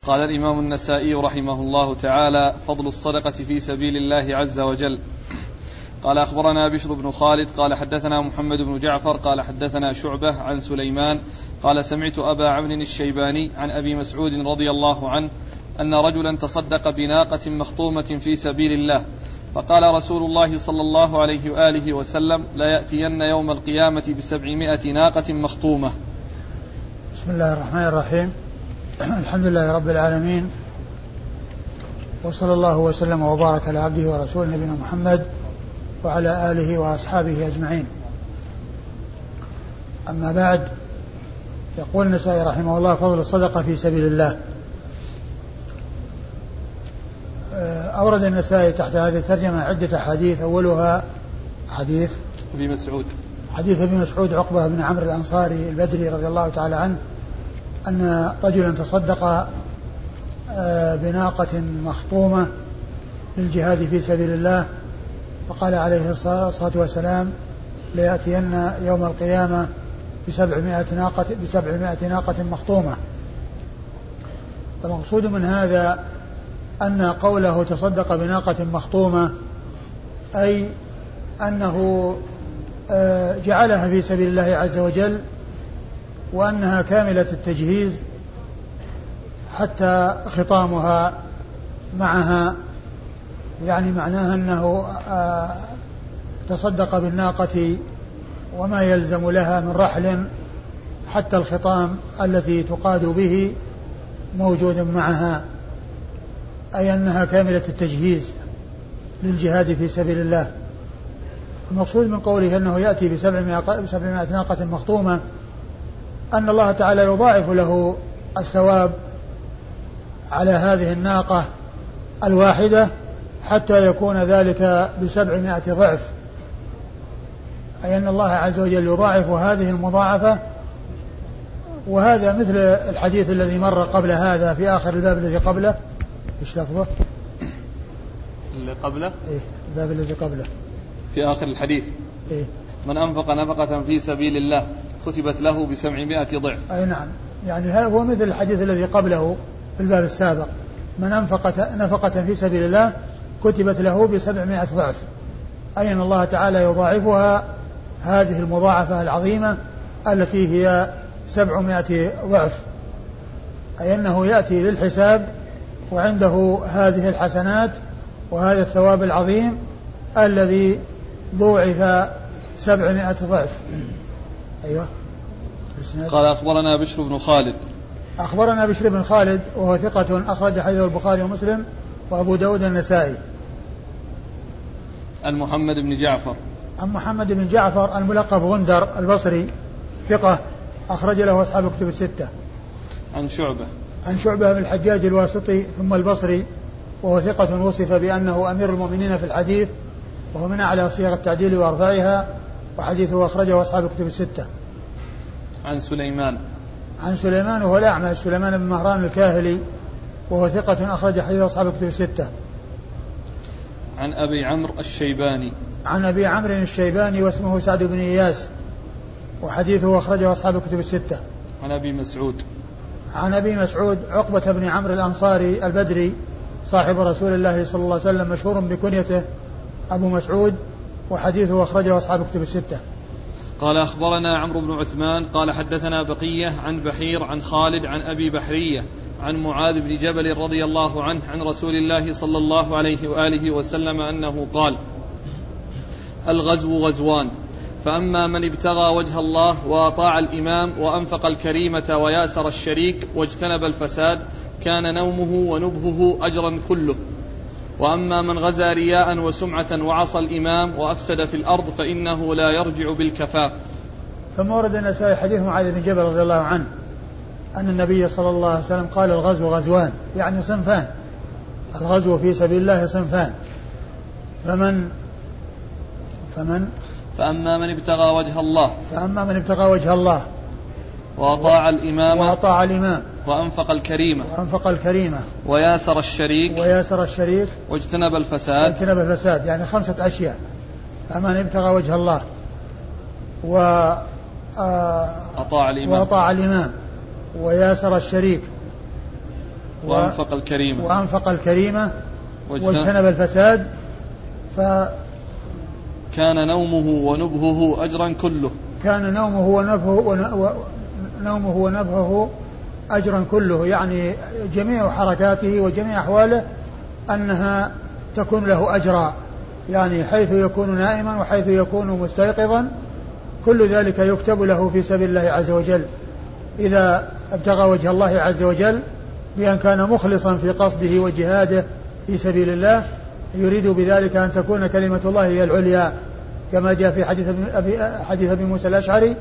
قال الإمام النسائي رحمه الله تعالى: فضل الصدقة في سبيل الله عز وجل. قال أخبرنا بشر بن خالد قال حدثنا محمد بن جعفر قال حدثنا شعبة عن سليمان قال سمعت أبا عمرو الشيباني عن أبي مسعود رضي الله عنه أن رجلا تصدق بناقة مخطومة في سبيل الله، فقال رسول الله صلى الله عليه وآله وسلم: لا يأتين يوم القيامة ب700 ناقة مخطومة. بسم الله الرحمن الرحيم. الحمد لله رب العالمين، وصلى الله وسلم وبارك على عبده ورسوله نبينا محمد وعلى آله وأصحابه أجمعين. أما بعد، يقول النسائي رحمه الله: فضل الصدقة في سبيل الله. أورد النسائي تحت هذه الترجمة عدة حديث، أولها حديث أبي مسعود عقبة بن عمرو الأنصاري البدري رضي الله تعالى عنه أن رجلا تصدق بناقة مخطومة للجهاد في سبيل الله، فقال عليه الصلاة والسلام: ليأتين يوم القيامة ب700 ناقة مخطومة. المقصود من هذا أن قوله تصدق بناقة مخطومة أي أنه جعلها في سبيل الله عز وجل، وأنها كاملة التجهيز حتى خطامها معها، يعني معناها أنه تصدق بالناقة وما يلزم لها من رحل حتى الخطام الذي تقاد به موجود معها، أي أنها كاملة التجهيز للجهاد في سبيل الله. المقصود من قوله أنه يأتي ب700 ناقة مخطومة أن الله تعالى يضاعف له الثواب على هذه الناقة الواحدة حتى يكون ذلك ب700 ضعف، أي أن الله عز وجل يضاعف هذه المضاعفة. وهذا مثل الحديث الذي مر قبل هذا في آخر الباب الذي قبله. إيش لفظه؟ اللي قبله؟ إيه، الباب الذي قبله في آخر الحديث. إيه؟ من أنفق نفقة في سبيل الله كتبت له ب700 ضعف. أي نعم، يعني هو مثل الحديث الذي قبله في الباب السابق: من أنفق نفقة في سبيل الله كتبت له ب700 ضعف، أي أن الله تعالى يضاعفها هذه المضاعفة العظيمة التي هي 700 ضعف، أي أنه يأتي للحساب وعنده هذه الحسنات وهذا الثواب العظيم الذي ضوعف 700 ضعف. أيوة. قال أخبرنا بشر بن خالد. أخبرنا بشر بن خالد وهو ثقة أخرج حديثه البخاري ومسلم وأبو داود النسائي. عن محمد بن جعفر. عن محمد بن جعفر الملقب غندر البصري ثقة أخرج له أصحاب الكتب الستة. عن شعبة بن الحجاج الواسطي ثم البصري، وهو ثقة وصف بأنه أمير المؤمنين في الحديث، وهو من أعلى صيغ التعديل وأرفعها، وحديثه أخرجه أصحاب الكتب الستة. عن سليمان وهو الأعمى سليمان بن مهران الكاهلي، وهو ثقة أخرج حديث أصحاب الكتب الستة. عن أبي عمرو الشيباني واسمه سعد بن إياس، وحديثه أخرجه أصحاب الكتب الستة. عن أبي مسعود عقبة بن عمرو الأنصاري البدري صاحب رسول الله صلى الله عليه وسلم، مشهور بكنيته أبو مسعود، وحديثه أخرجه أصحاب الكتب الستة. قال أخبرنا عمرو بن عثمان قال حدثنا بقية عن بحير عن خالد عن أبي بحرية عن معاذ بن جبل رضي الله عنه عن رسول الله صلى الله عليه وآله وسلم أنه قال: الغزو غزوان، فأما من ابتغى وجه الله وأطاع الإمام وأنفق الكريمة وياسر الشريك واجتنب الفساد كان نومه ونبهه أجرا كله، وأما من غزا رياء وسمعة وعصى الإمام وأفسد في الأرض فإنه لا يرجع بالكفاف. ثم ورد النسائي حديث معاذ بن جبل رضي الله عنه أن النبي صلى الله عليه وسلم قال: الغزو غزوان، يعني صنفان، الغزو في سبيل الله صنفان، فأما من ابتغى وجه الله وأطاع الإمام وأنفق الكريمة وياسر الشريك واجتنب الفساد، يعني 5 أشياء: فمن ابتغى وجه الله وأطاع الإمام وياسر الشريك وأنفق الكريمة واجتنب الفساد. كان نومه ونبهه أجرا كله. كان نومه ونبهه أجرا كله، يعني جميع حركاته وجميع أحواله أنها تكون له أجرا، يعني حيث يكون نائما وحيث يكون مستيقظا كل ذلك يكتب له في سبيل الله عز وجل، إذا ابتغى وجه الله عز وجل بأن كان مخلصا في قصده وجهاده في سبيل الله، يريد بذلك أن تكون كلمة الله هي العليا، كما جاء في حديث أبي موسى الأشعري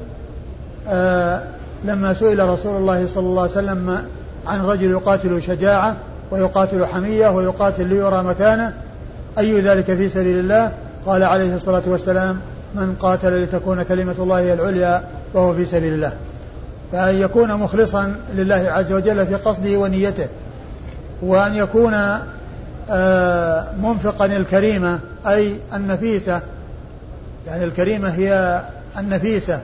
لما سئل رسول الله صلى الله عليه وسلم عن رجل يقاتل شجاعة ويقاتل حمية ويقاتل ليرى مكانه أي ذلك في سبيل الله، قال عليه الصلاة والسلام: من قاتل لتكون كلمة الله هي العليا وهو في سبيل الله. فأن يكون مخلصا لله عز وجل في قصده ونيته، وأن يكون منفقا الكريمة أي النفيسة، يعني الكريمة هي النفيسة،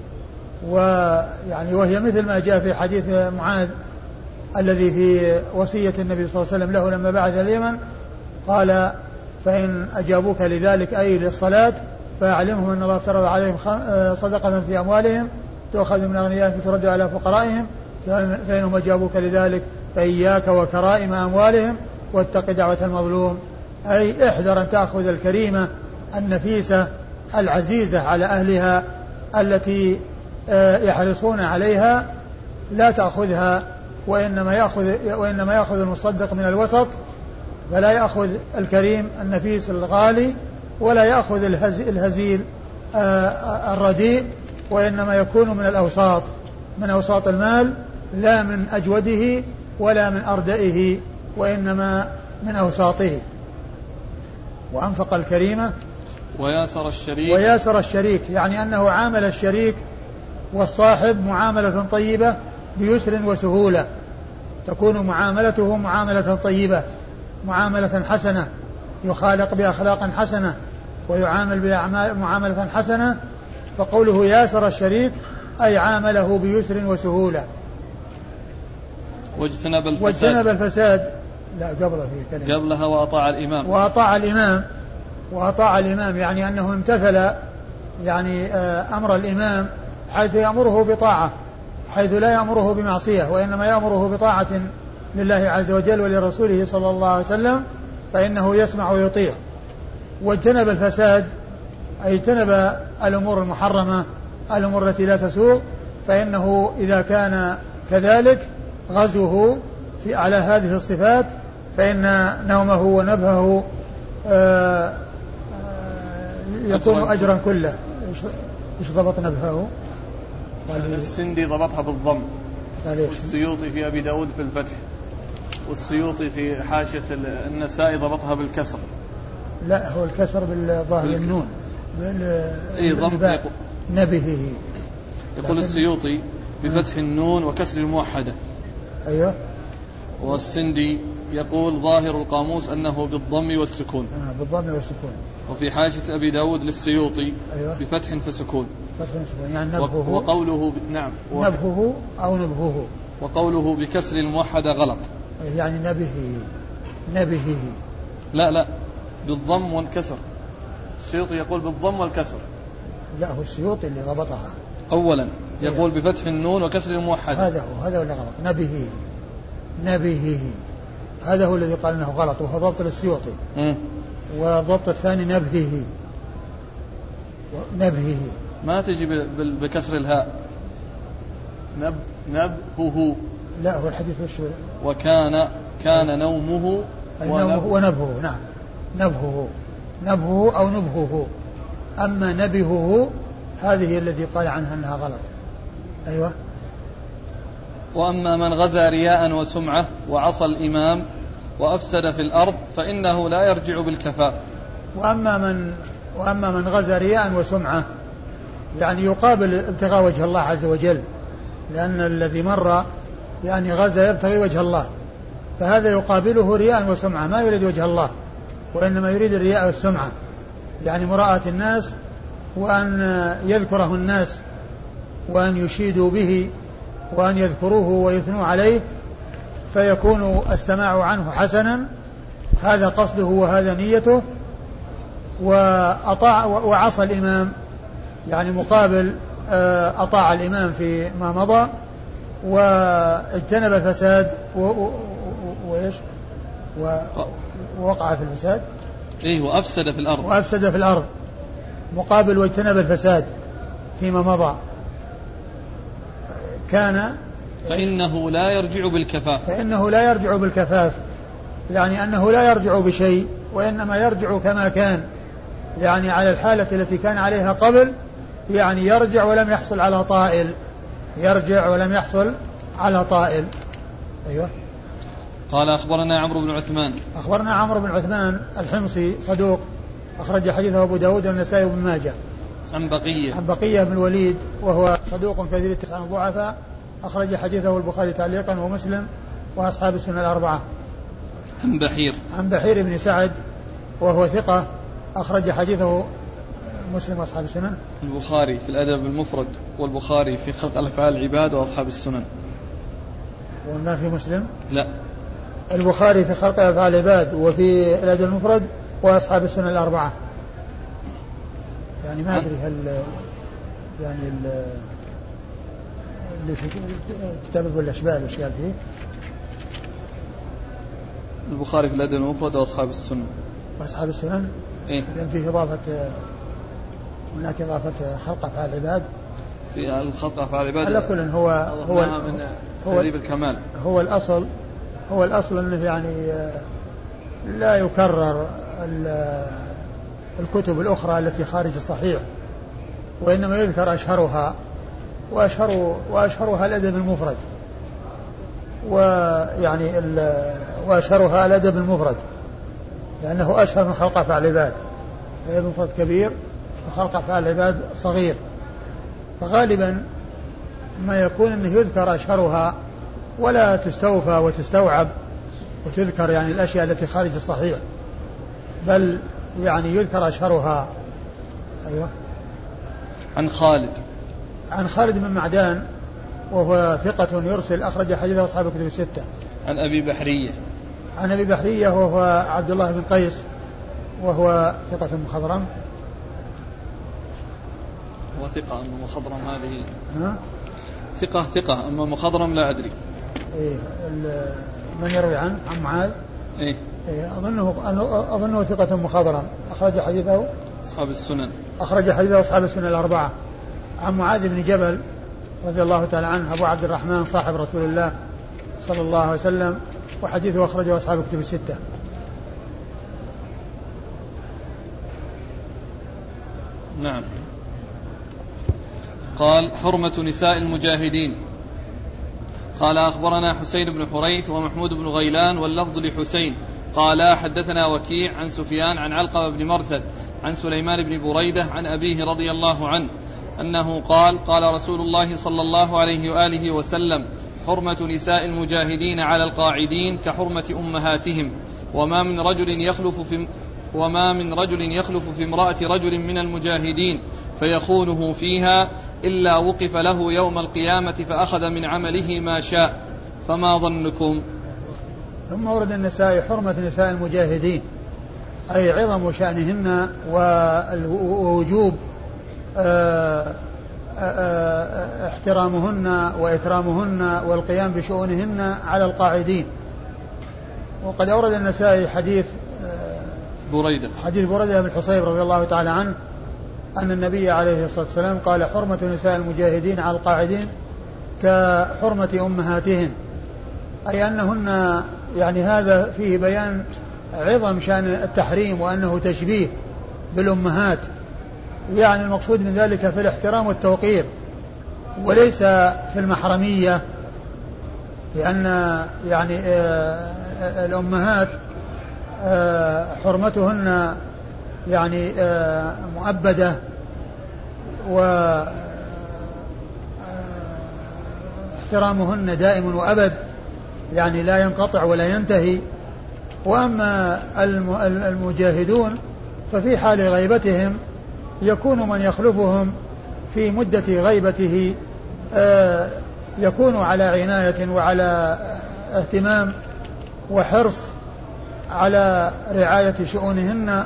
وهي مثل ما جاء في حديث معاذ الذي في وصية النبي صلى الله عليه وسلم له لما بعث اليمن، قال: فإن أجابوك لذلك أي للصلاة فأعلمهم أن الله افترض عليهم صدقة في أموالهم تؤخذ من أغنيائهم فترد على فقرائهم، فإنهم أجابوك لذلك فإياك وكرائم أموالهم واتق دعوة المظلوم، أي احذر أن تأخذ الكريمة النفيسة العزيزة على أهلها التي يحرصون عليها، لا تأخذها، وإنما يأخذ المصدق من الوسط، فلا يأخذ الكريم النفيس الغالي ولا يأخذ الهزيل الرديء، وإنما يكون من الأوساط، من أوساط المال، لا من أجوده ولا من أردئه، وإنما من أوساطه. وأنفق الكريمة وياسر الشريك، يعني أنه عامل الشريك والصاحب معاملة طيبة بيسر وسهولة، تكون معاملته معاملة طيبة، معاملة حسنة، يخالق بأخلاق حسنة ويعامل معاملة حسنة. فقوله ياسر الشريك أي عامله بيسر وسهولة. واجتنب الفساد لا قبله في كلمة قبلها وأطاع الإمام يعني أنه امتثل يعني أمر الإمام حيث يأمره بطاعة، حيث لا يأمره بمعصية، وإنما يأمره بطاعة لله عز وجل ولرسوله صلى الله عليه وسلم، فإنه يسمع ويطيع. واجتنب الفساد أي اجتنب الأمور المحرمة، الأمور التي لا تسوء، فإنه إذا كان كذلك غزوه على هذه الصفات فإن نومه ونبهه يكون أجرا كله. إيش ضبط نبهه؟ السندي ضبطها بالضم، والسيوطي في أبي داود في الفتح، والسيوطي في حاشية النسائي ضبطها بالكسر. لا، هو الكسر بالظاهر النون ضم نبهه. يقول السيوطي بفتح النون وكسر الموحدة. أيوه. والسندي يقول ظاهر القاموس أنه بالضم والسكون. بالضم والسكون. وفي حاشية أبي داود للسيوطي أيوه. بفتح فسكون. يعني نبهه. وقوله نعم نبهه أو نبهه. وقوله بكسر الموحدة غلط، يعني نبهه. لا بالضم والكسر. السيوطي يقول بالضم والكسر. لا، هو السيوطي اللي ضبطها أولا، يقول بفتح النون وكسر الموحدة. هذا هو اللي غلط. نبهه هذا هو الذي قال انه غلط، وهو ضبط للسيوطي. والضبط الثاني نبهه ما تجي بكسر الهاء. نبهه. لا، هو الحديث كان نومه ونبهه. نعم، نبهه أو نبهه. أما نبهه هذه الذي قال عنها أنها غلط. أيوة. وأما من غزا رياء وسمعة وعصى الإمام وأفسد في الأرض فإنه لا يرجع بالكفاء. وأما من غزا رياء وسمعة يعني يقابل ابتغاء وجه الله عز وجل، لأن الذي مر يعني غزا يبتغي وجه الله، فهذا يقابله رياء وسمعة، ما يريد وجه الله وإنما يريد الرياء والسمعة، يعني مراءة الناس وأن يذكره الناس وأن يشيدوا به وأن يذكروه ويثنوا عليه، فيكون السماع عنه حسنا، هذا قصده وهذا نيته، وأطاع وعصى الإمام، يعني مقابل أطاع الإمام في ما مضى واجتنب الفساد وإيش ووقع في الفساد وأفسد في الأرض مقابل واجتنب الفساد فيما مضى، كان فإنه لا يرجع بالكفاف، يعني أنه لا يرجع بشيء وإنما يرجع كما كان، يعني على الحالة التي كان عليها قبل، يعني يرجع ولم يحصل على طائل. أيوة. قال أخبرنا عمرو بن عثمان الحمصي صدوق، أخرج حديثه أبو داود والنسائي وابن ماجه. عن بقية بن الوليد وهو صدوق كثير التسعة ضعفاء، أخرج حديثه البخاري تعليقا ومسلم وأصحاب السنن الأربعة. عن بحير بن سعد وهو ثقة، أخرج حديثه مسلم وأصحاب السنن. البخاري في الأدب المفرد، والبخاري في خلق أفعال العباد وأصحاب السنن. وما في مسلم؟ لا، البخاري في خلق أفعال العباد وفي الأدب المفرد وأصحاب السنن الأربعة. يعني ما أدري هل يعني اللي في كتاب الأشبال وش قال فيه؟ البخاري في الأدب المفرد وأصحاب السنن. إيه؟ لأن فيه هناك إضافة خلق أفعال العباد. في الخلق أفعال العباد. على كل هو من تهذيب الكمال. هو الأصل أنه يعني لا يكرر الكتب الأخرى التي خارج الصحيح، وإنما يذكر أشهرها، وأشهرها الأدب المفرد، ويعني وأشهرها الأدب المفرد لأنه أشهر من خلق أفعال العباد. الأدب المفرد كبير وخلق أفعال العباد صغير، فغالبا ما يكون أنه يذكر أشهرها ولا تستوفى وتستوعب وتذكر يعني الأشياء التي خارج الصحيح، بل يعني يذكر أشهرها. أيوة. عن خالد بن معدان وهو ثقة يرسل، أخرج حديثه أصحاب الكتب الستة. عن أبي بحرية وهو عبد الله بن قيس وهو ثقة مخضرم. وثقة أما مخضرم هذه ثقة أما مخضرم لا أدري. إيه من يروي عن معاذ؟ إيه أظنه ثقة مخضرم، أخرج حديثه أصحاب السنن الأربعة. عن معاذ بن جبل رضي الله تعالى عنه، أبو عبد الرحمن صاحب رسول الله صلى الله عليه وسلم، وحديثه أخرجه أصحاب الكتب الستة. نعم. قال حرمة نساء المجاهدين. قال أخبرنا حسين بن حريث ومحمود بن غيلان واللفظ لحسين قال حدثنا وكيع عن سفيان عن علقمة بن مرثد عن سليمان بن بريدة عن أبيه رضي الله عنه أنه قال قال رسول الله صلى الله عليه وآله وسلم حرمة نساء المجاهدين على القاعدين كحرمة أمهاتهم، وما من رجل يخلف في امرأة رجل من المجاهدين فيخونه فيها إلا وقف له يوم القيامة فأخذ من عمله ما شاء، فما ظنكم؟ ثم ورد النسائي حرمة نساء المجاهدين، أي عظم شأنهن ووجوب احترامهن وإكرامهن والقيام بشؤونهن على القاعدين. وقد أورد النسائي حديث بريدة بن الحصيب رضي الله تعالى عنه أن النبي عليه الصلاة والسلام قال حرمة نساء المجاهدين على القاعدين كحرمة أمهاتهم، أي أنهن يعني هذا فيه بيان عظم شأن التحريم وأنه تشبيه بالأمهات، يعني المقصود من ذلك في الاحترام والتوقير وليس في المحرمية، لأن يعني الأمهات حرمتهن يعني مؤبدة واحترامهن دائم وأبد، يعني لا ينقطع ولا ينتهي. وأما المجاهدون ففي حال غيبتهم يكون من يخلفهم في مدة غيبته يكون على عناية وعلى اهتمام وحرص على رعاية شؤونهن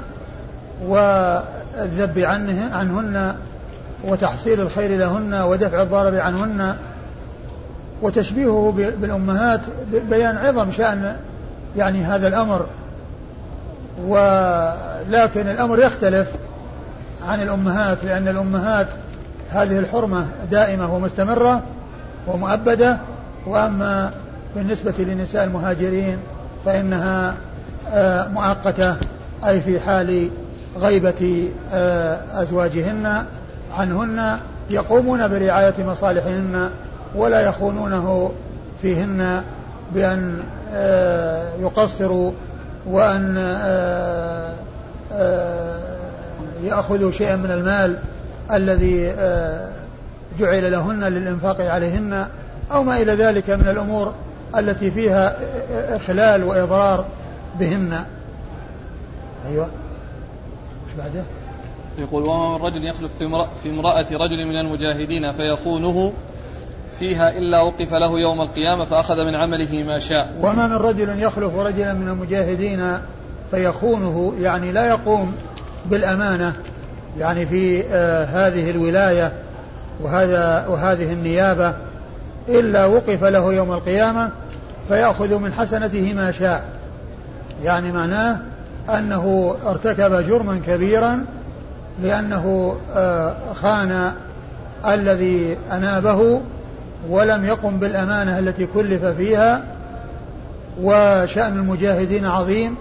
والذب عنهن وتحصيل الخير لهن ودفع الضرر عنهن، وتشبيهه بالأمهات بيان عظم شأن يعني هذا الأمر. ولكن الأمر يختلف عن الأمهات، لأن الأمهات هذه الحرمة دائمة ومستمرة ومؤبدة، وأما بالنسبة لنساء المهاجرين فإنها مؤقتة، أي في حال غيبة أزواجهن عنهن يقومون برعاية مصالحهن ولا يخونونه فيهن بأن يقصروا وأن يأخذوا شيئا من المال الذي جعل لهن للإنفاق عليهن أو ما إلى ذلك من الأمور التي فيها إخلال وإضرار بهن. أيوة، مش بعده؟ يقول: وما من رجل يخلف في امرأة رجل من المجاهدين فيخونه فيها إلا وقف له يوم القيامة فأخذ من عمله ما شاء. وما من رجل يخلف رجلا من المجاهدين فيخونه، يعني لا يقوم بالأمانة يعني في هذه الولاية وهذه النيابة، إلا وقف له يوم القيامة فيأخذ من حسنته ما شاء، يعني معناه أنه ارتكب جرما كبيرا لأنه خان الذي أنابه ولم يقم بالأمانة التي كلف فيها، وشأن المجاهدين عظيم،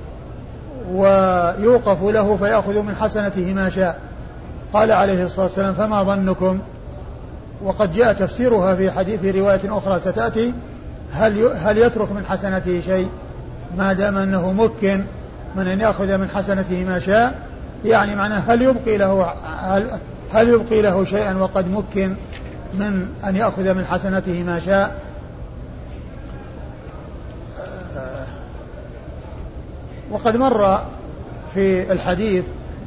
ويوقف له فيأخذ من حسنته ما شاء. قال عليه الصلاة والسلام: فما ظنكم؟ وقد جاء تفسيرها في حديث رواية أخرى ستأتي: هل يترك من حسنته شيء ما دام أنه ممكن من أن يأخذ من حسنته ما شاء، يعني معناه هل يبقي له شيئا وقد ممكن من أن يأخذ من حسنته ما شاء. وقد مر في الحديث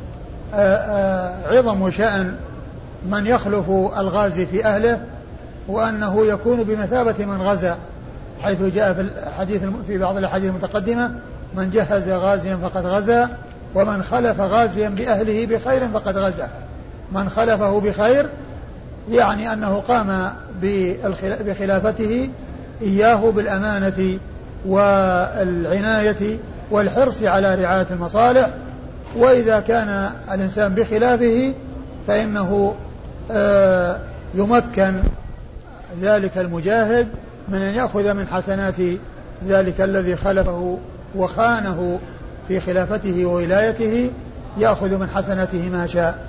عظم شأن من يخلف الغازي في أهله، وأنه يكون بمثابة من غزا، حيث جاء في الحديث في بعض الأحاديث المتقدمة: من جهز غازيا فقد غزا، ومن خلف غازيا بأهله بخير فقد غزا. من خلفه بخير يعني أنه قام بخلافته إياه بالأمانة والعناية والحرص على رعاية المصالح. وإذا كان الإنسان بخلافه فإنه يمكن ذلك المجاهد من أن يأخذ من حسنات ذلك الذي خلفه وخانه في خلافته وولايته، يأخذ من حسناته ما شاء.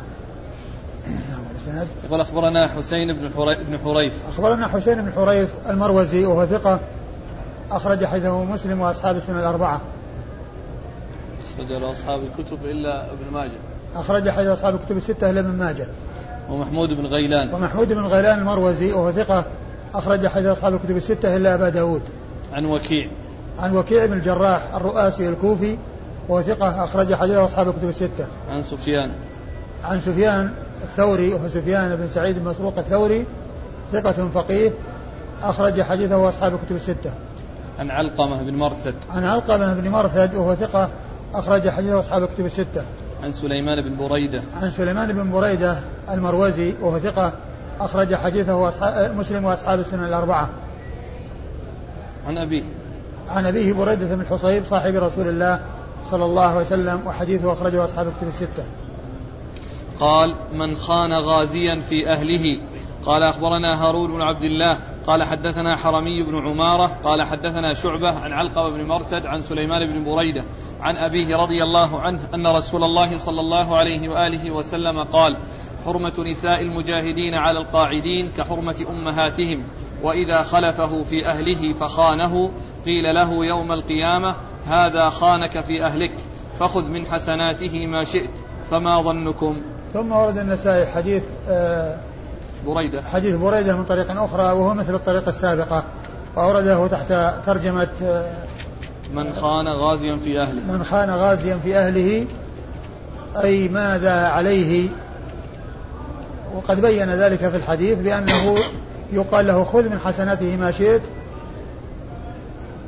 يقول: أخبرنا حسين بن حريث. أخبرنا حسين بن حريث المروزي وهو ثقة، أخرج حديثه مسلم وأصحاب السنن الأربعة. أخرج له أصحاب الكتب إلا ابن ماجه. أخرج حديث أصحاب الكتب الستة إلا ابن ماجه. ومحمود بن غيلان. ومحمود بن غيلان المروزي وهو ثقة، أخرج حديث أصحاب الكتب الستة إلا أبا داود. عن وكيع. عن وكيع بن الجراح الرؤاسي الكوفي وهو ثقة، أخرج حديث أصحاب الكتب الستة. عن سفيان. عن سفيان الثوري وهو سفيان بن سعيد بن مسروق الثوري، ثقة فقيه، أخرج حديثه أصحاب الكتب الستة. عن علقمة بن مرثد. عن علقمة بن مرثد وهو ثقة، أخرج حديثه أصحاب الكتب الستة. عن سليمان بن بريدة. عن سليمان بن بريدة المروزي وهو ثقة، أخرج حديثه مسلم وأصحاب السنن الأربعة. عن أبيه. عن أبيه بريدة بن الحصيب صاحب رسول الله صلى الله عليه وسلم، وحديثه أخرجه أصحاب الكتب الستة. قال: من خان غازيا في أهله. قال: أخبرنا هارون بن عبد الله قال: حدثنا حرمي بن عمارة قال: حدثنا شعبة عن علقمة بن مرثد عن سليمان بن بريدة عن أبيه رضي الله عنه أن رسول الله صلى الله عليه وآله وسلم قال: حرمة نساء المجاهدين على القاعدين كحرمة أمهاتهم، وإذا خلفه في أهله فخانه قيل له يوم القيامة: هذا خانك في أهلك فخذ من حسناته ما شئت، فما ظنكم؟ ثم ورد النسائي حديث بريدة. حديث بريدة من طريق أخرى وهو مثل الطريقة السابقة، وأورده تحت ترجمة من خان غازيا في أهله. من خان غازيا في أهله أي ماذا عليه. وقد بين ذلك في الحديث بأنه يقال له: خذ من حسناته ما شئت،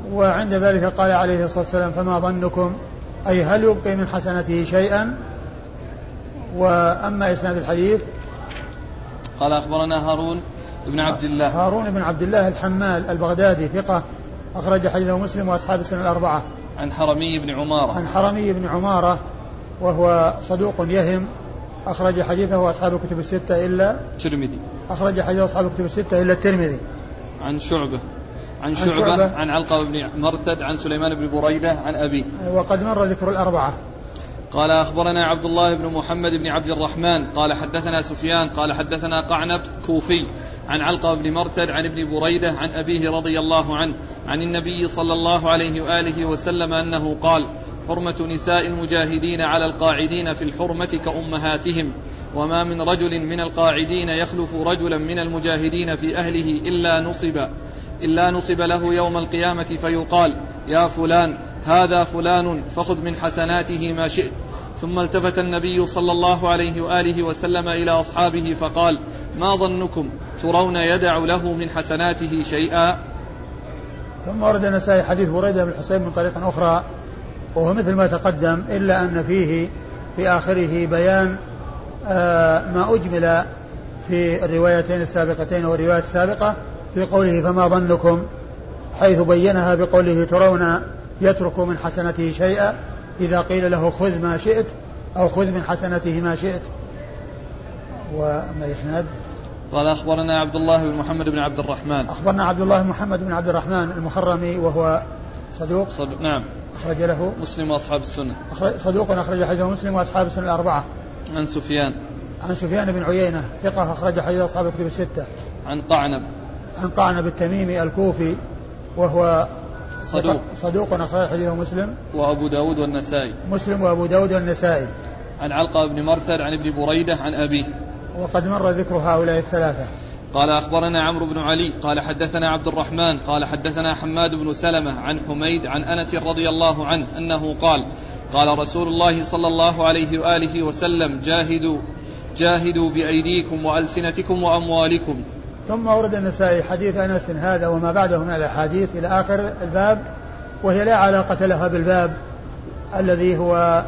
وعند ذلك قال عليه الصلاة والسلام فما ظنكم، أي هل يبقي من حسنته شيئا. وأما إسناد الحديث قال أخبرنا هارون بن عبد الله الحمال البغدادي ثقة أخرج حديثه مسلم وأصحاب السنن الأربعة. عن حرمي بن عمارة وهو صدوق يهم أخرج حديثه أصحاب الكتب الستة إلا الترمذي. أخرج حديثه أصحاب الكتب الستة إلا الترمذي. عن شعبة عن علقمة بن مرثد عن سليمان بن بريدة عن أبيه. وقد مر ذكر الأربعة. قال أخبرنا عبد الله بن محمد بن عبد الرحمن قال حدثنا سفيان قال حدثنا قعنب كوفي عن علقمة بن مرثد عن ابن بريدة عن أبيه رضي الله عنه عن النبي صلى الله عليه وآله وسلم أنه قال: حرمة نساء المجاهدين على القاعدين في الحرمة كأمهاتهم، وما من رجل من القاعدين يخلف رجلا من المجاهدين في أهله إلا نصب له يوم القيامة فيقال: يا فلان هذا فلان فخذ من حسناته ما شئت. ثم التفت النبي صلى الله عليه وآله وسلم إلى أصحابه فقال: ما ظنكم ترون يدع له من حسناته شيئا؟ ثم ورد النسائي حديث بريدة بن الحصيب من طريق أخرى وهو مثل ما تقدم، إلا أن فيه في آخره بيان ما أجمل في الروايتين السابقتين والرواية السابقة في قوله فما ظنكم، حيث بينها بقوله ترون يترك من حسنته شيئا إذا قيل له خذ ما شئت أو خذ من حسنته ما شئت. وأما الإسناد قال أخبرنا عبد الله بن محمد بن عبد الرحمن. أخبرنا عبد الله بن محمد بن عبد الرحمن المخرمي وهو صدوق نعم أخرج له مسلم وأصحاب السنة. صدوق أخرج حديثه مسلم وأصحاب السنة الأربعة. عن سفيان بن عيينة ثقة أخرج حديث أصحاب الكتب الستة. عن قعنب التميمي الكوفي وهو صدوق أخرج حديثه مسلم وأبو داود والنسائي. عن علقمة بن مرثد عن ابن بريدة عن أبيه. وقد مر ذكر هؤلاء الثلاثة. قال أخبرنا عمرو بن علي قال حدثنا عبد الرحمن قال حدثنا حماد بن سلمة عن حميد عن أنس رضي الله عنه أنه قال رسول الله صلى الله عليه وآله وسلم: جاهدوا بأيديكم وألسنتكم وأموالكم. ثم ورد النسائي حديث أنس هذا وما بعده من الأحاديث إلى آخر الباب، وهي لا علاقة لها بالباب الذي هو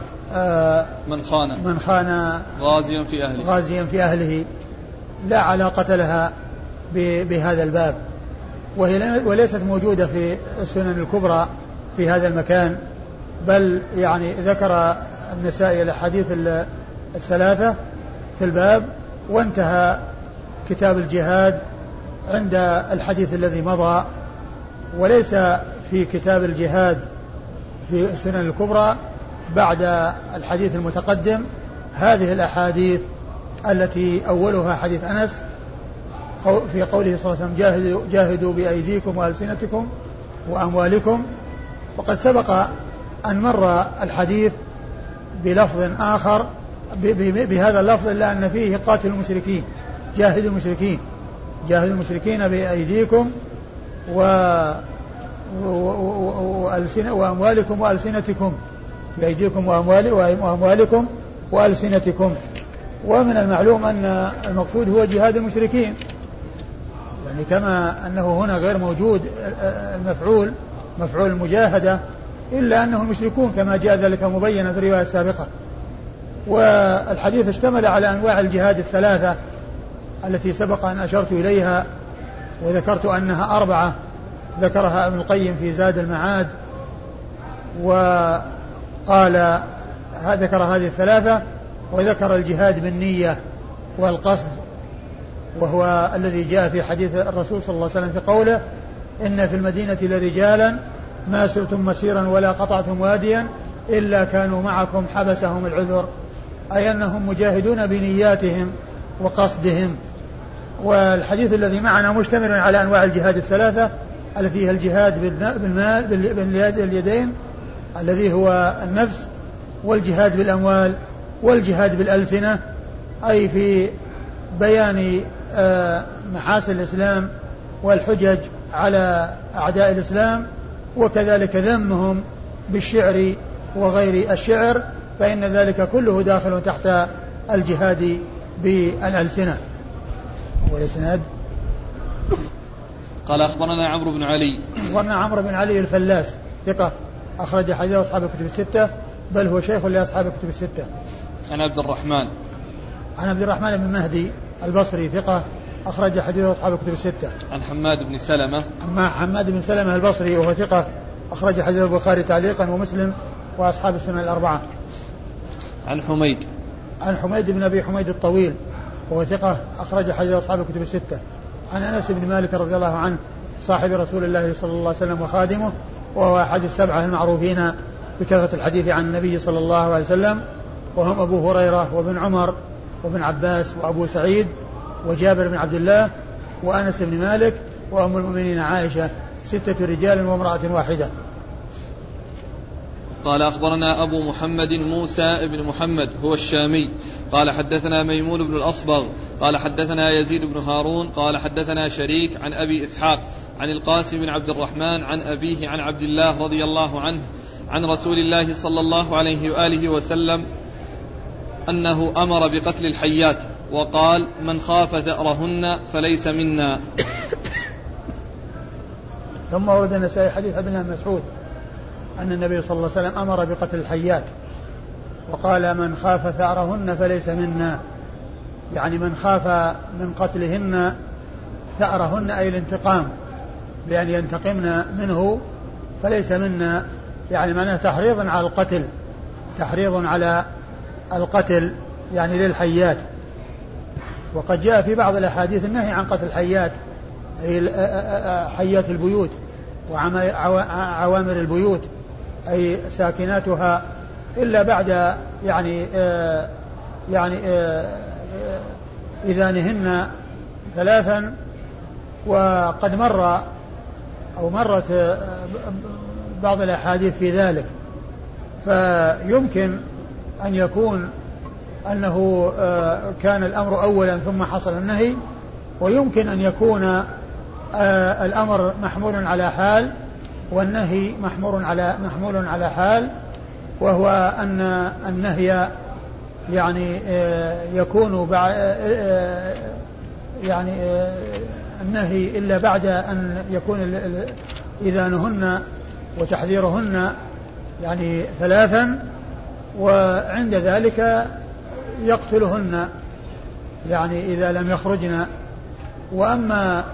من خان غازيا في أهله، لا علاقة لها بهذا الباب، وليست موجودة في السنن الكبرى في هذا المكان، بل يعني ذكر النسائي الأحاديث الثلاثة في الباب وانتهى كتاب الجهاد عند الحديث الذي مضى، وليس في كتاب الجهاد في السنن الكبرى بعد الحديث المتقدم هذه الأحاديث التي أولها حديث أنس في قوله صلى الله عليه وسلم: جاهدوا بأيديكم وألسنتكم وأموالكم. وقد سبق أن مر الحديث بلفظ آخر بهذا اللفظ، إلا أن فيه قاتل المشركين، جاهدوا المشركين بأيديكم وأموالكم وألسنتكم، بأيديكم وأموالكم وألسنتكم. ومن المعلوم أن المقصود هو جهاد المشركين، يعني كما أنه هنا غير موجود مفعول المجاهدة، إلا أنه المشركون كما جاء ذلك مبينا في الرواية السابقة. والحديث اشتمل على أنواع الجهاد الثلاثة التي سبق أن أشرت إليها وذكرت أنها 4 ذكرها ابن القيم في زاد المعاد، وقال ذكر هذه الثلاثة، وذكر الجهاد بالنية والقصد، وهو الذي جاء في حديث الرسول صلى الله عليه وسلم في قوله: إن في المدينة لرجالا ما سرتم مسيرا ولا قطعتم واديا إلا كانوا معكم حبسهم العذر، أي أنهم مجاهدون بنياتهم وقصدهم. والحديث الذي معنا مشتمل على أنواع الجهاد الثلاثة التي هي الجهاد بالمال باليدين الذي هو النفس، والجهاد بالأموال، والجهاد بالألسنة، أي في بيان محاسن الإسلام والحجج على أعداء الإسلام، وكذلك ذمهم بالشعر وغير الشعر، فإن ذلك كله داخل تحت الجهاد بالألسنة. والإسناد قال أخبرنا عمرو بن علي. أخبرنا عمرو بن علي الفلاس ثقة أخرج حديث أصحاب الكتب الستة، بل هو شيخ لأصحاب الكتب الستة. عن عبد الرحمن. عن عبد الرحمن بن مهدي البصري ثقة أخرج حديث أصحاب الكتب الستة. عن حماد بن سلمة. حماد بن سلمة البصري وهو ثقة أخرج حديث البخاري تعليقا ومسلم وأصحاب السنن الأربعة. عن حميد. عن حميد بن أبي حميد الطويل وهو ثقة أخرج حديث أصحاب الكتب الستة. عن أنس بن مالك رضي الله عنه صاحب رسول الله صلى الله عليه وسلم وخادمه، وهو أحد السبعة المعروفين بكثرة الحديث عن النبي صلى الله عليه وسلم، وهم أبو هريرة وابن عمر وابن عباس وأبو سعيد وجابر بن عبد الله وأنس بن مالك وأم المؤمنين عائشة، 6 رجال وامرأة واحدة. قال أخبرنا أبو محمد موسى بن محمد هو الشامي قال حدثنا ميمون بن الأصبغ قال حدثنا يزيد بن هارون قال حدثنا شريك عن أبي إسحاق عن القاسم بن عبد الرحمن عن أبيه عن عبد الله رضي الله عنه عن رسول الله صلى الله عليه وآله وسلم أنه أمر بقتل الحيات وقال من خاف ثأرهن فليس منا. ثم ورد النسائي حديث ابن مسعود أن النبي صلى الله عليه وسلم أمر بقتل الحيات وقال من خاف ثأرهن فليس منا، يعني من خاف من قتلهن ثأرهن أي الانتقام بأن ينتقمن منه فليس منا، يعني معناه تحريض على القتل، تحريض على القتل يعني للحيات. وقد جاء في بعض الأحاديث النهي عن قتل الحيات أي حيات البيوت وعوامر البيوت أي ساكناتها إلا بعد إذانهن 3. وقد مرت بعض الأحاديث في ذلك، فيمكن أن يكون أنه كان الأمر أولا ثم حصل النهي، ويمكن أن يكون الأمر محمول على حال والنهي محمول على حال، وهو أن النهي يعني يكون النهي إلا بعد أن يكون إذانهن وتحذيرهن يعني 3، وعند ذلك يقتلهن يعني إذا لم يخرجن. وأما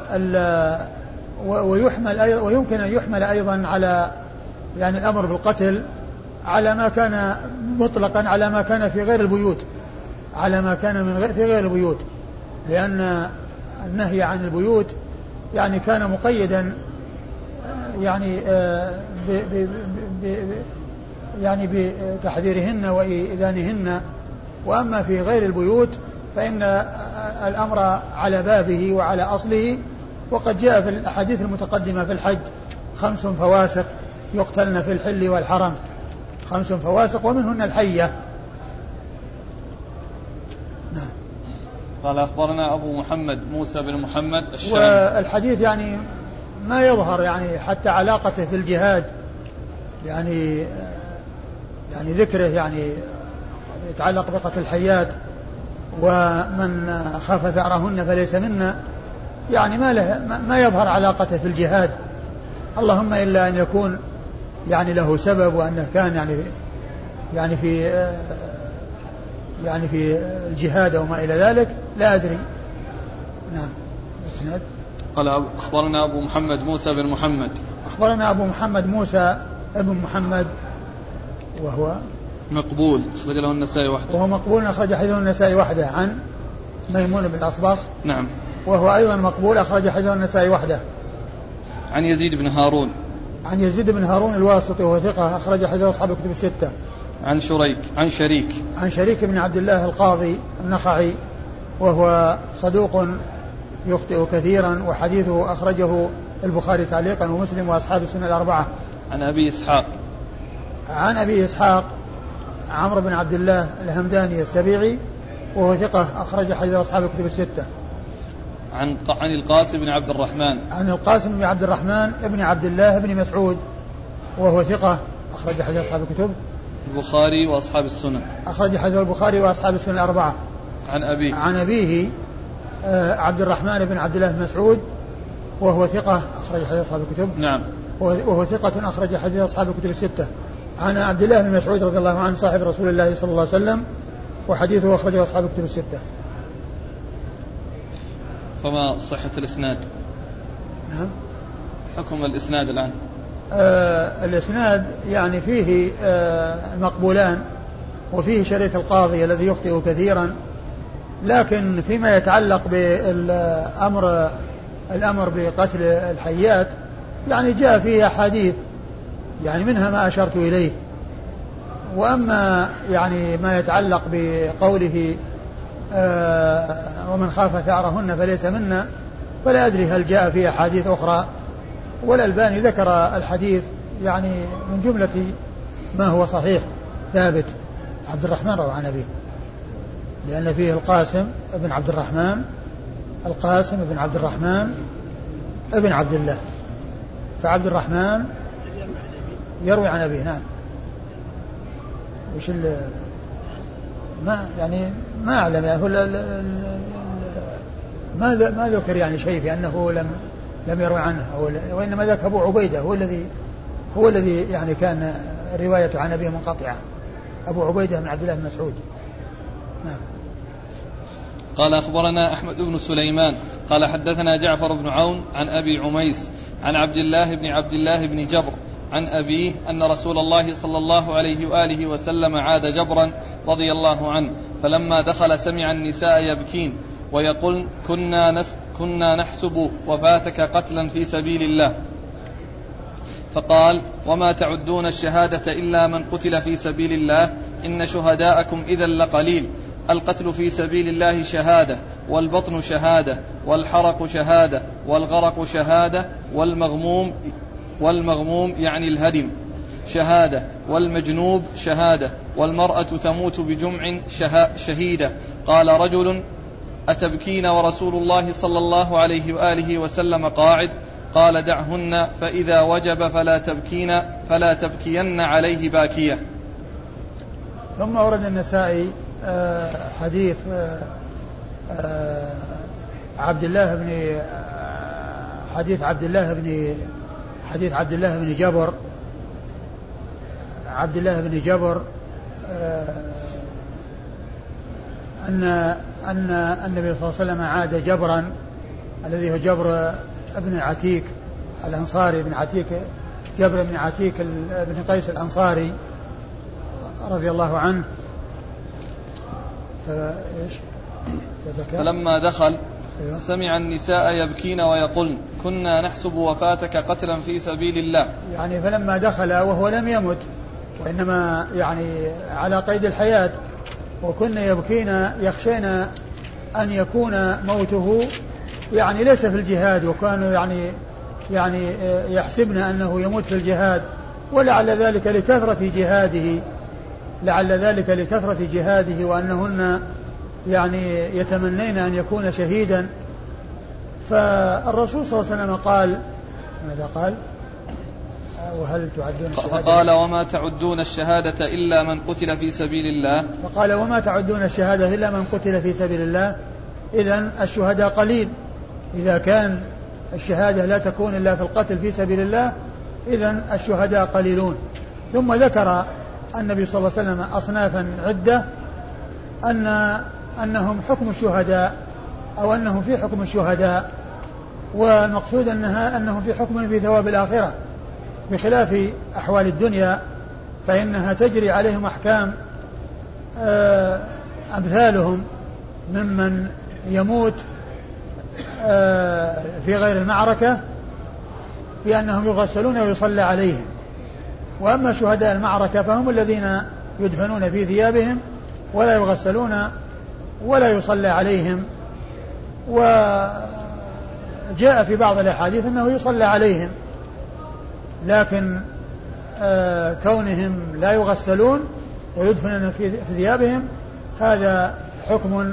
ويمكن أن يحمل أيضا على يعني الأمر بالقتل على ما كان مطلقا على ما كان في غير البيوت، على ما كان في غير البيوت، لأن النهي عن البيوت يعني كان مقيدا يعني بتحذيرهن وإذانهن. وأما في غير البيوت فإن الأمر على بابه وعلى أصله. وقد جاء في الأحاديث المتقدمة في الحج 5 فواسق يقتلن في الحل والحرم، 5 فواسق ومنهن الحية. نعم. قال أخبرنا أبو محمد موسى بن محمد الشامي. والحديث يعني ما يظهر يعني حتى علاقته بالجهاد، يعني ذكره يعني يتعلق بقتل الحيات ومن خاف ثأرهن فليس منا، يعني ما يظهر علاقته في الجهاد، اللهم إلا أن يكون يعني له سبب وأنه كان يعني في الجهاد أو ما إلى ذلك، لا أدري. نعم. اسناد. قال أخبرنا أبو محمد موسى بن محمد. أخبرنا أبو محمد موسى ابن محمد وهو مقبول أخرج له النسائي وحده. وهو مقبول أخرج حديثه النسائي وحده. عن ميمون بن الأصبغ. نعم. وهو أيضا مقبول أخرج حديثه النسائي وحده. عن يزيد بن هارون. عن يزيد بن هارون الواسطي وهو ثقة أخرج حديثه أصحاب الكتب الستة. عن شريك بن عبد الله القاضي النخعي وهو صدوق يخطئ كثيرا، وحديثه أخرجه البخاري تعليقا ومسلم وأصحاب السنن الأربعة. عن أبي إسحاق عمرو بن عبد الله الهمداني السبيعي وهو ثقة أخرج حديث أصحاب الكتب الستة. عن القاسم بن عبد الرحمن. عن القاسم بن عبد الرحمن ابن عبد الله بن مسعود وهو ثقة أخرج حديث أصحاب الكتب البخاري وأصحاب السنن. أخرج حديث البخاري وأصحاب السنن الأربعة. عن أبيه عبد الرحمن بن عبد الله بن مسعود وهو ثقة أخرج حديث أصحاب الكتب. نعم. وهو ثقة أخرج حديث أصحاب الكتب الستة. عن عبد الله بن مسعود رضي الله عنه صاحب رسول الله صلى الله عليه وسلم، وحديثه أخرجه أصحاب الكتب الستة. فما صحة الإسناد؟ نعم. حكم الإسناد الآن؟ الإسناد يعني فيه مقبولان، وفيه شريك القاضي الذي يخطئ كثيرا، لكن فيما يتعلق بالأمر بقتل الحيات يعني جاء فيه أحاديث، يعني منها ما أشرت إليه. وأما يعني ما يتعلق بقوله ومن خاف ثأرهن فليس منا، فلا أدري هل جاء فيه أحاديث أخرى، والألباني ذكر الحديث يعني من جملة ما هو صحيح ثابت. عبد الرحمن روى عن أبيه، لأن فيه القاسم ابن عبد الرحمن ابن عبد الله، فعبد الرحمن يروي عن أبيه. نعم. وش ما أعلم يعني ما ذكر يعني شيء في أنه لم يروي عنه، وإنما ذاك أبو عبيدة هو الذي يعني كان رواية عن أبيه منقطعة، أبو عبيدة بن عبد الله بن مسعود. نعم. قال أخبرنا أحمد بن سليمان قال حدثنا جعفر بن عون عن أبي عميس عن عبد الله بن جبر عن أبيه أن رسول الله صلى الله عليه وآله وسلم عاد جبرا رضي الله عنه، فلما دخل سمع النساء يبكين ويقول كنا نحسب وفاتك قتلا في سبيل الله، فقال وما تعدون الشهادة إلا من قتل في سبيل الله، إن شهداءكم إذا لقليل، القتل في سبيل الله شهادة، والبطن شهادة، والحرق شهادة، والغرق شهادة، والمغموم يعني الهدم شهادة، والمجنوب شهادة، والمرأة تموت بجمع شهيدة. قال رجل أتبكين ورسول الله صلى الله عليه وآله وسلم قاعد؟ قال دعهن فإذا وجب فلا تبكين عليه باكية. ثم ورد النسائي حديث عبد الله بن جبر أن النبي صلى الله عليه وسلم عاد جبرا، الذي هو جبر ابن عتيك الأنصاري، جبر بن عتيك بن قيس الأنصاري رضي الله عنه. فلما دخل سمع النساء يبكين ويقولن كنا نحسب وفاتك قتلا في سبيل الله، يعني فلما دخل وهو لم يمت وإنما يعني على قيد الحياة، وكنا يبكين يخشين أن يكون موته يعني ليس في الجهاد، وكانوا يعني يحسبن أنه يموت في الجهاد، ولعل ذلك لكثرة جهاده وأنهن يعني يتمنين أن يكون شهيدا. فالرسول صلى الله عليه وسلم قال ماذا قال؟ وهل تعدون الشهادة؟ فقال وما تعدون الشهادة إلا من قتل في سبيل الله. فقال وما تعدون الشهادة إلا من قتل في سبيل الله. إذن الشهداء قليل، إذا كان الشهادة لا تكون إلا في القتل في سبيل الله إذن الشهداء قليلون. ثم ذكر النبي صلى الله عليه وسلم أصنافا عدة أنهم حكم الشهداء، أو أنهم في حكم الشهداء، والمقصود أنهم في حكم في ثواب الآخرة، بخلاف أحوال الدنيا فإنها تجري عليهم أحكام أمثالهم ممن يموت في غير المعركة بأنهم يغسلون ويصلى عليهم. وأما شهداء المعركة فهم الذين يدفنون في ثيابهم ولا يغسلون ولا يصلى عليهم. وجاء في بعض الأحاديث أنه يصلى عليهم، لكن كونهم لا يغسلون ويدفنون في ثيابهم هذا حكم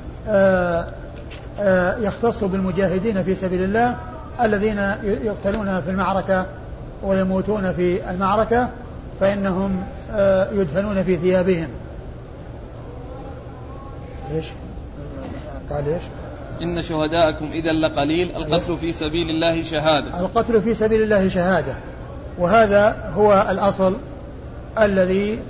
يختص بالمجاهدين في سبيل الله الذين يقتلون في المعركة ويموتون في المعركة، فإنهم يدفنون في ثيابهم. إيش قال؟ إيش إن شهداءكم إذا لقليل. القتل في سبيل الله شهادة. القتل في سبيل الله شهادة، وهذا هو الأصل الذي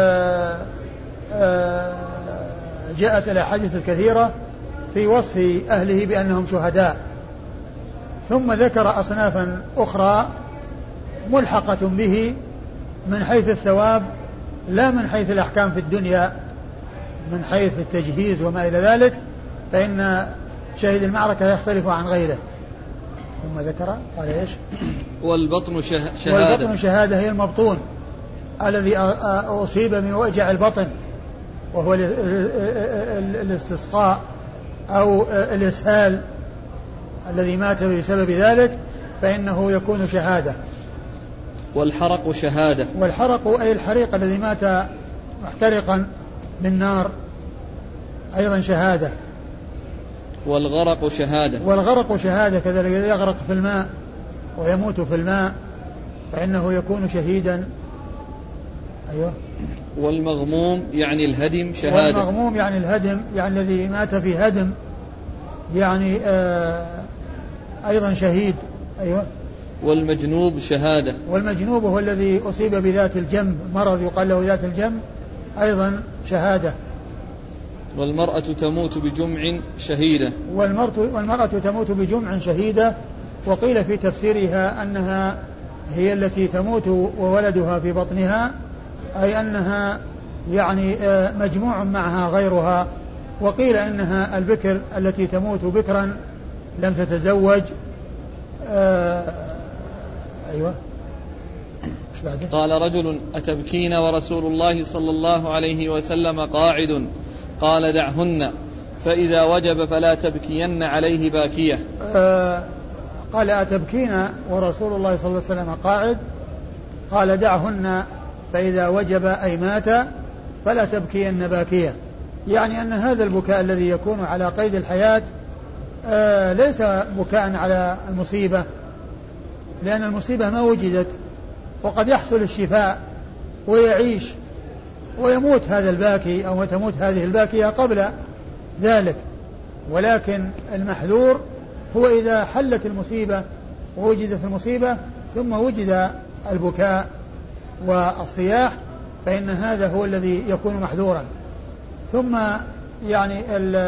جاءت الأحاديث الكثيرة في وصف أهله بأنهم شهداء. ثم ذكر أصنافا أخرى ملحقة به من حيث الثواب لا من حيث الأحكام في الدنيا، من حيث التجهيز وما إلى ذلك، فإن شهيد المعركة يختلف عن غيره. ثم ذكر قال إيش؟ والبطن شهادة. والبطن شهادة هي المبطون الذي أصيب من وجع البطن، وهو الاستسقاء أو الإسهال الذي مات بسبب ذلك، فإنه يكون شهادة. والحرق شهادة. والحرق أي الحريق الذي مات محترقا بالنار أيضا شهادة. والغرق شهادة. والغرق شهادة كذلك، يغرق في الماء ويموت في الماء فإنه يكون شهيدا. أيوه. والمغموم يعني الهدم شهادة. والمغموم يعني الهدم، يعني الذي مات في هدم يعني أيضا شهيد. أيوه. والمجنوب شهادة. والمجنوب هو الذي أصيب بذات الجنب، مرض يقال له ذات الجنب، أيضا شهادة. والمرأة تموت بجمع شهيدة. والمرأة تموت بجمع شهيدة. وقيل في تفسيرها أنها هي التي تموت وولدها في بطنها، أي أنها يعني مجموع معها غيرها. وقيل إنها البكر التي تموت بكرا لم تتزوج. أيوة. قال رجل: أتبكين ورسول الله صلى الله عليه وسلم قاعد؟ قال: دعهن، فإذا وجب فلا تبكين عليه باكية. قال: أتبكين ورسول الله صلى الله عليه وسلم قاعد؟ قال: دعهن، فإذا وجب أي مات فلا تبكين باكية. يعني أن هذا البكاء الذي يكون على قيد الحياة ليس بكاء على المصيبة، لأن المصيبة ما وجدت، وقد يحصل الشفاء ويعيش ويموت هذا الباكي أو تموت هذه الباكية قبل ذلك. ولكن المحذور هو إذا حلت المصيبة ووجدت المصيبة ثم وجد البكاء والصياح، فإن هذا هو الذي يكون محذورا. ثم يعني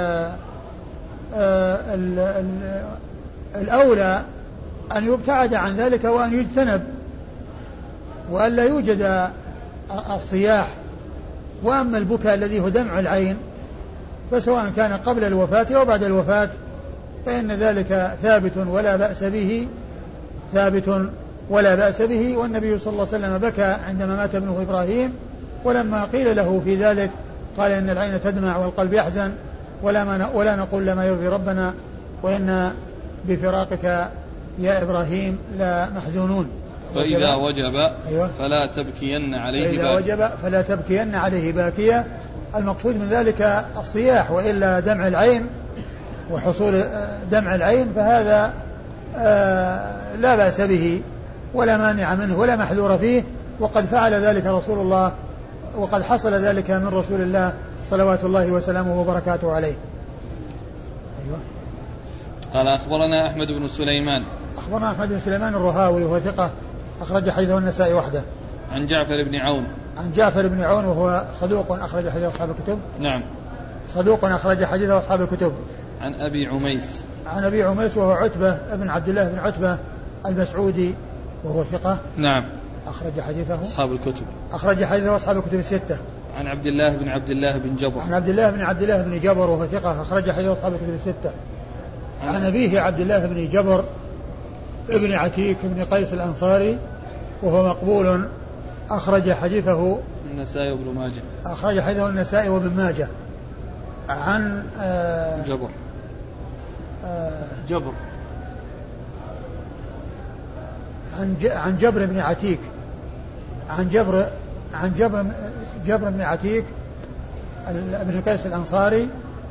الأولى أن يبتعد عن ذلك وأن يجتنب، وأن لا يوجد الصياح. وأما البكاء الذي هو دمع العين فسواء كان قبل الوفاة أو بعد الوفاة فإن ذلك ثابت ولا بأس به، ثابت ولا بأس به. والنبي صلى الله عليه وسلم بكى عندما مات ابنه إبراهيم، ولما قيل له في ذلك قال: إن العين تدمع والقلب يحزن، ولا نقول لما يرضي ربنا، وإن بفراقك يا إبراهيم لا محزونون. فإذا وجب فلا تبكين عليه باكية. فإذا وجب فلا تبكين عليه باكية. المقصود من ذلك الصياح، وإلا دمع العين وحصول دمع العين فهذا لا بأس به ولا مانع منه ولا محذور فيه، وقد فعل ذلك رسول الله، وقد حصل ذلك من رسول الله صلوات الله وسلامه وبركاته عليه. أيوة. قال: أخبرنا أحمد بن سليمان. أخبرنا أحمد بن سليمان الرهاوي وهو ثقة أخرج حديثه النسائي وحده. عن جعفر بن عون. عن جعفر بن عون وهو صدوق أخرج حديث أصحاب الكتب. نعم. صدوق أخرج حديث أصحاب الكتب. عن أبي عميس. عن أبي عميس وهو عتبة بن عبد الله بن عتبة المسعودي وهو ثقة. نعم. أخرج حديثه أصحاب الكتب. أخرج حديثه أصحاب الكتب الستة. عن عبد الله بن جبر. عن عبد الله بن جبر وهو ثقة أخرج حديثه أصحاب الكتب الستة. عن أبيه عبد الله بن جبر ابن عتيك بن قيس الأنصاري وهو مقبول أخرج حديثه النسائي وابن ماجه. أخرج حديثه النسائي وابن ماجه. عن جبر عن جبر بن عتيك، عن جبر بن عتيك ابن قيس الأنصاري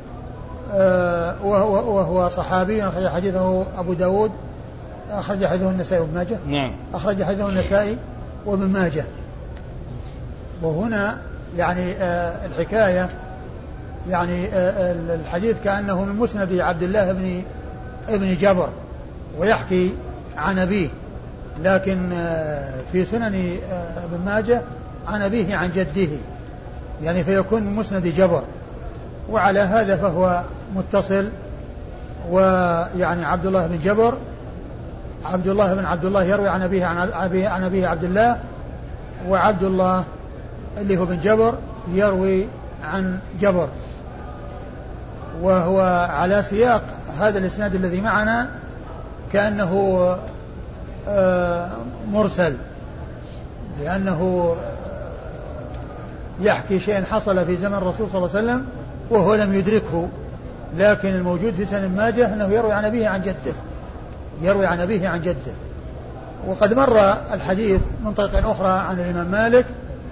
وهو صحابي أخرج حديثه أبو داود، أخرج حديثه النسائي وابن ماجه. نعم. أخرج حديثه النسائي وابن ماجه. وهنا يعني الحكاية يعني الحديث كأنه من مسند عبد الله ابن جبر ويحكي عن أبيه، لكن في سنن ابن ماجه عن أبيه عن جده، يعني فيكون من مسند جبر، وعلى هذا فهو متصل. ويعني عبد الله بن جبر عبد الله بن عبد الله يروي عن أبيه عبد الله، وعبد الله اللي هو بن جبر يروي عن جبر، وهو على سياق هذا الإسناد الذي معنا كأنه مرسل، لأنه يحكي شيئا حصل في زمن الرسول صلى الله عليه وسلم وهو لم يدركه، لكن الموجود في سنن ماجه أنه يروي عن أبيه عن جده. وقد مر الحديث من طريق أخرى عن الإمام مالك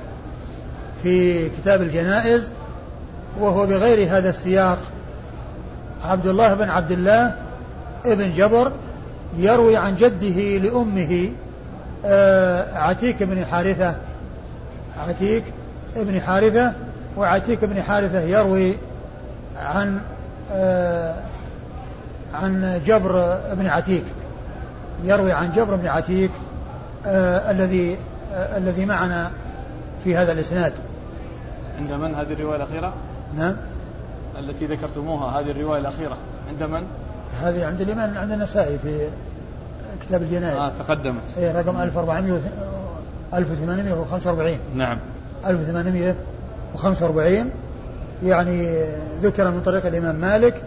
في كتاب الجنائز وهو بغير هذا السياق. عبد الله بن عبد الله ابن جبر يروي عن جده لأمه عتيك بن حارثة، وعتيك بن حارثة يروي عن جبر بن عتيك، الذي معنا في هذا الإسناد. عند من هذه الرواية الأخيرة؟ نعم، التي ذكرتموها هذه الرواية الأخيرة عند من؟ هذه عند الإمام عند النسائي في كتاب الجنائز. تقدمت. رقم 1845. نعم. 1845 يعني ذكر من طريق الإمام مالك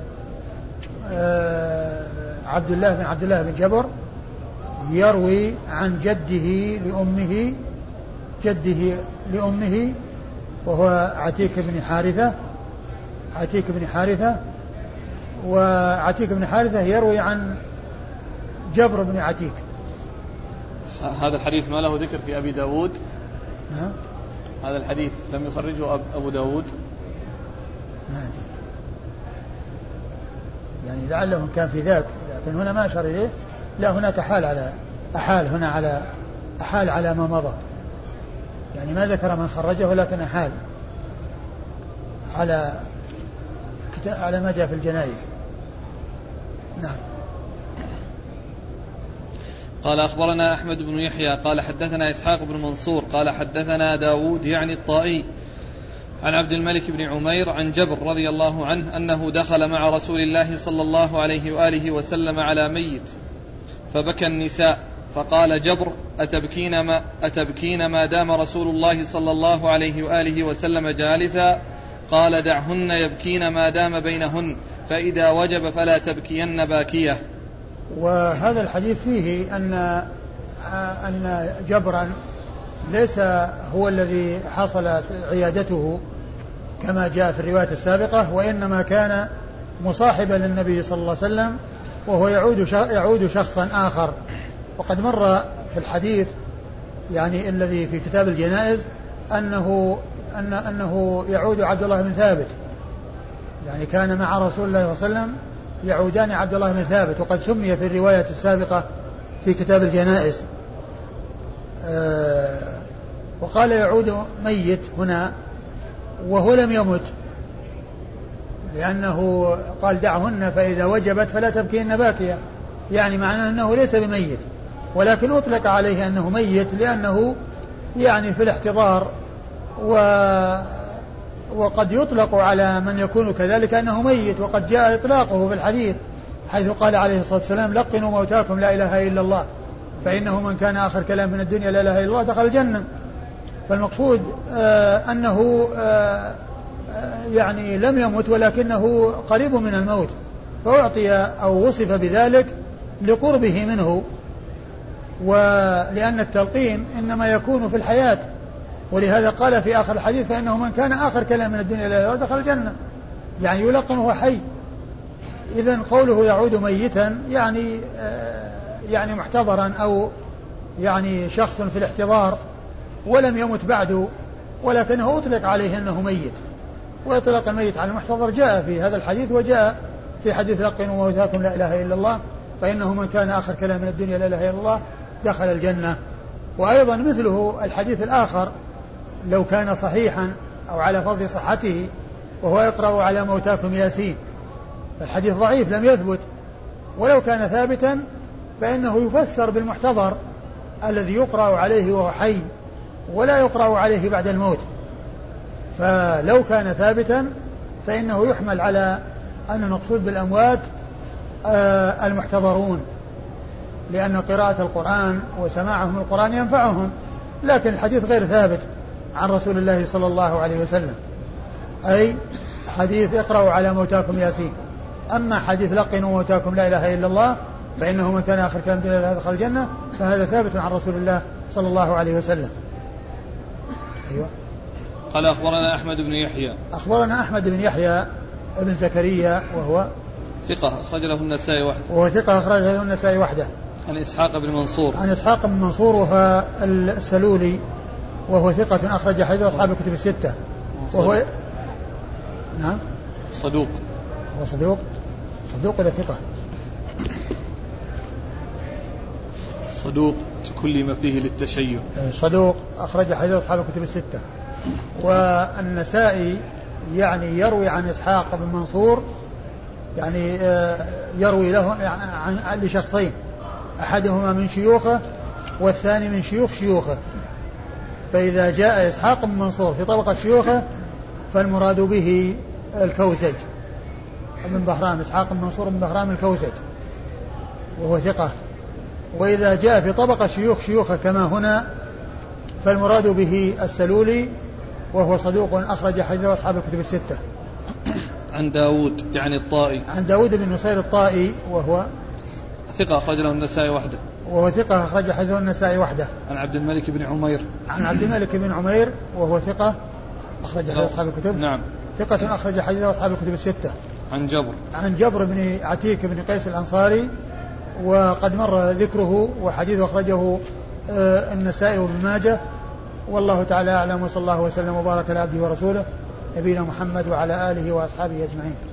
عبد الله بن جبر يروي عن جده لأمه وهو عتيك بن حارثة، وعتيك بن حارثة يروي عن جبر بن عتيك. هذا الحديث ما له ذكر في أبي داود؟ نعم. هذا الحديث لم يخرجه أبو داود؟ ما أدري، يعني لعله كان في ذاك، لكن هنا ما أشار إليه. لا، هناك أحال على ما مضى، يعني ما ذكر من خرجه ولكن أحال على ما جاء في الجنائز. نعم. قال أخبرنا أحمد بن يحيى قال حدثنا إسحاق بن منصور قال حدثنا داود يعني الطائي عن عبد الملك بن عمير عن جبر رضي الله عنه أنه دخل مع رسول الله صلى الله عليه وآله وسلم على ميت فبكى النساء، فقال جبر أتبكين ما دام رسول الله صلى الله عليه وآله وسلم جالسا؟ قال دعهن يبكين ما دام بينهن، فإذا وجب فلا تبكين باكية. وهذا الحديث فيه أن جبرا ليس هو الذي حصلت عيادته كما جاء في الرواية السابقة، وإنما كان مصاحبا للنبي صلى الله عليه وسلم وهو يعود شخصا آخر. وقد مر في الحديث يعني الذي في كتاب الجنائز أنه يعود عبد الله بن ثابت، يعني كان مع رسول الله صلى الله عليه وسلم يعودان عبد الله بن ثابت، وقد سمي في الرواية السابقة في كتاب الجنائز. وقال يعود ميت هنا وهو لم يمت، لأنه قال دعهن فإذا وجبت فلا تبكين باكية، يعني معناه أنه ليس بميت، ولكن أطلق عليه أنه ميت لأنه يعني في الاحتضار، وقد يطلق على من يكون كذلك أنه ميت، وقد جاء إطلاقه في الحديث حيث قال عليه الصلاة والسلام لقنوا موتاكم لا إله إلا الله فإنه من كان آخر كلام من الدنيا لا إله إلا الله دخل الجنة. فالمقصود أنه يعني لم يمت ولكنه قريب من الموت، فأعطي أو وصف بذلك لقربه منه، ولأن التلقين إنما يكون في الحياة، ولهذا قال في آخر الحديث فإنه من كان آخر كلام من الدنيا لا إله إلا الله دخل الجنة، يعني يلقن وهو حي. إذن قوله يعود ميتا يعني محتضرا أو يعني شخص في الاحتضار ولم يمت بعد، ولكنه أطلق عليه أنه ميت، وإطلاق الميت على المحتضر جاء في هذا الحديث، وجاء في حديث لقنوا موتاكم لا إله إلا الله فإنه من كان آخر كلام من الدنيا لا إله إلا الله دخل الجنة. وأيضا مثله الحديث الآخر لو كان صحيحا أو على فرض صحته وهو يقرأ على موتاكم ياسين. الحديث ضعيف لم يثبت، ولو كان ثابتا فإنه يفسر بالمحتضر الذي يقرأ عليه وهو حي ولا يقرأ عليه بعد الموت. فلو كان ثابتا فإنه يحمل على أن المقصود بالأموات المحتضرون، لأن قراءة القرآن وسماعهم القرآن ينفعهم، لكن الحديث غير ثابت عن رسول الله صلى الله عليه وسلم، أي حديث اقرأوا على موتاكم ياسين. أما حديث لقنوا موتاكم لا إله إلا الله فإنه من كان آخر كلام لا إله دخل الجنة، فهذا ثابت عن رسول الله صلى الله عليه وسلم. أيوة. قال أخبرنا أحمد بن يحيى. أخبرنا أحمد بن يحيى ابن زكريا وهو ثقة أخرج له النسائي وحده. وهو ثقة أخرج له النسائي وحده. عن إسحاق بن منصور. عن إسحاق بن منصور وهو السلولي وهو ثقة أخرج حديث أصحاب الكتب الستة. وهو نعم صدوق. هو صدوق ولا ثقة؟ صدوق كل ما فيه للتشيع. صدوق أخرج حديث أصحاب الكتب الستة. والنسائي يعني يروي عن إسحاق بن منصور، يعني يروي له عن لشخصين، أحدهما من شيوخه والثاني من شيوخ شيوخه. فإذا جاء إسحاق بن منصور في طبقة شيوخه فالمراد به الكوسج بن بهرام، إسحاق بن منصور بن بهرام الكوسج وهو ثقة. وإذا جاء في طبقة شيوخ شيوخه كما هنا فالمراد به السلولي وهو صدوق أخرج حديث أصحاب الكتب الستة. عن داود يعني الطائي. عن داود بن نصير الطائي وهو ثقة أخرج له النسائي وحده. وهو ثقة أخرج حديث النسائي وحده. عن عبد الملك بن عمير. عن عبد الملك بن عمير وهو ثقة أخرج حديث أصحاب الكتب. نعم. ثقة أخرج حديث أصحاب الكتب الستة. عن جبر بن عتيك بن قيس الأنصاري وقد مر ذكره، وحديث أخرجه النسائي وابن ماجه. والله تعالى أعلم، وصلى الله وسلم وبارك على عبده ورسوله نبينا محمد وعلى آله وأصحابه أجمعين.